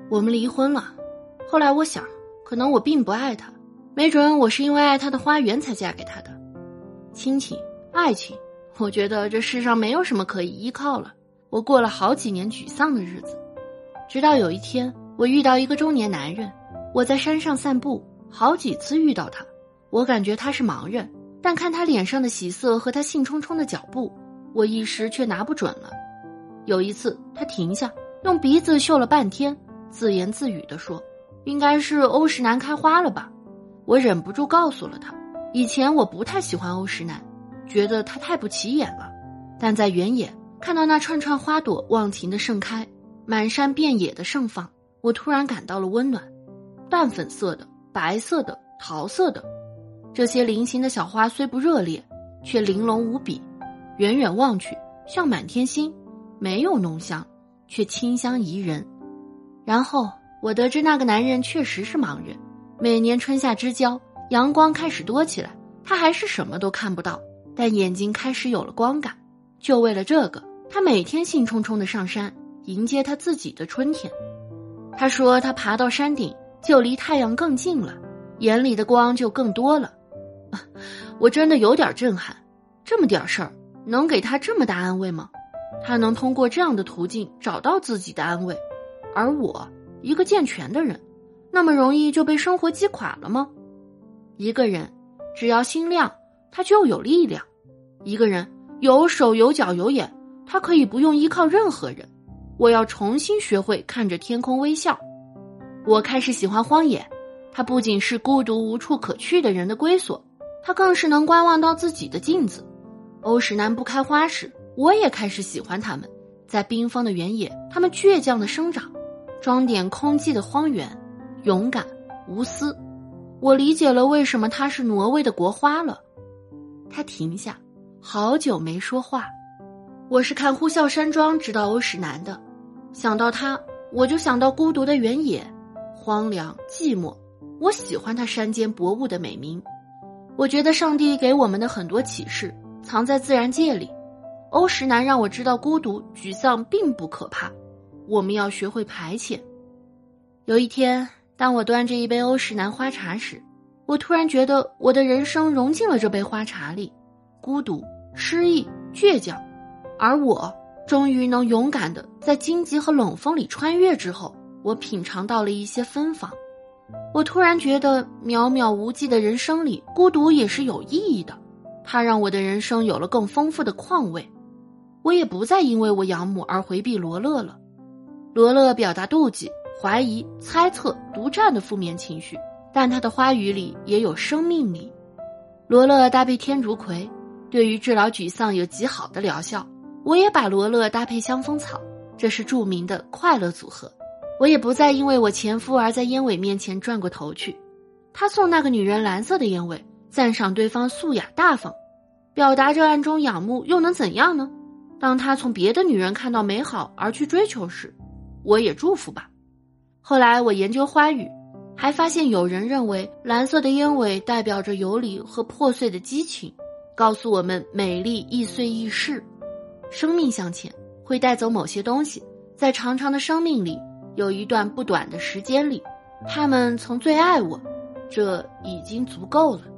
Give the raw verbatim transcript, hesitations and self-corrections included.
我们离婚了。后来我想，可能我并不爱他，没准我是因为爱他的花园才嫁给他的。亲情、爱情，我觉得这世上没有什么可以依靠了。我过了好几年沮丧的日子，直到有一天，我遇到一个中年男人。我在山上散步，好几次遇到他，我感觉他是盲人，但看他脸上的喜色和他兴冲冲的脚步，我一时却拿不准了。有一次，他停下，用鼻子嗅了半天，自言自语地说：“应该是欧石南开花了吧。”我忍不住告诉了他，以前我不太喜欢欧石南，觉得它太不起眼了，但在原野看到那串串花朵忘情的盛开，满山遍野的盛放，我突然感到了温暖。淡粉色的、白色的、桃色的，这些菱形的小花虽不热烈，却玲珑无比，远远望去像满天星，没有浓香，却清香宜人。然后我得知那个男人确实是盲人，每年春夏之交，阳光开始多起来，他还是什么都看不到，但眼睛开始有了光感。就为了这个，他每天兴冲冲地上山，迎接他自己的春天。他说他爬到山顶就离太阳更近了，眼里的光就更多了。我真的有点震撼，这么点事儿能给他这么大安慰吗？他能通过这样的途径找到自己的安慰，而我一个健全的人，那么容易就被生活击垮了吗？一个人只要心亮，他就有力量。一个人有手有脚有眼，他可以不用依靠任何人。我要重新学会看着天空微笑。我开始喜欢荒野，它不仅是孤独无处可去的人的归所，它更是能观望到自己的镜子。欧石南不开花时，我也开始喜欢它们。在冰封的原野，它们倔强地生长，装点空寂的荒原，勇敢无私。我理解了为什么它是挪威的国花了。他停下，好久没说话。我是看呼啸山庄知道欧石南的，想到他，我就想到孤独的原野，荒凉寂寞。我喜欢他山间薄雾的美名。我觉得上帝给我们的很多启示藏在自然界里。欧石南让我知道孤独沮丧并不可怕，我们要学会排遣。有一天，当我端着一杯欧石南花茶时，我突然觉得我的人生融进了这杯花茶里，孤独、失意、倔强，而我终于能勇敢地在荆棘和冷风里穿越之后，我品尝到了一些芬芳。我突然觉得渺渺无际的人生里，孤独也是有意义的，它让我的人生有了更丰富的况味。我也不再因为我养母而回避罗勒了。罗勒表达妒忌、怀疑、猜测、独占的负面情绪，但它的花语里也有生命力。罗勒搭配天竺葵，对于治疗沮丧有极好的疗效。我也把罗勒搭配香蜂草，这是著名的快乐组合。我也不再因为我前夫而在烟尾面前转过头去。他送那个女人蓝色的烟尾，赞赏对方素雅大方，表达着暗中仰慕，又能怎样呢？当他从别的女人看到美好而去追求时，我也祝福吧。后来我研究花语，还发现有人认为蓝色的烟尾代表着游离和破碎的激情，告诉我们美丽易碎易逝。生命向前会带走某些东西，在长长的生命里，有一段不短的时间里，他们曾最爱我，这已经足够了。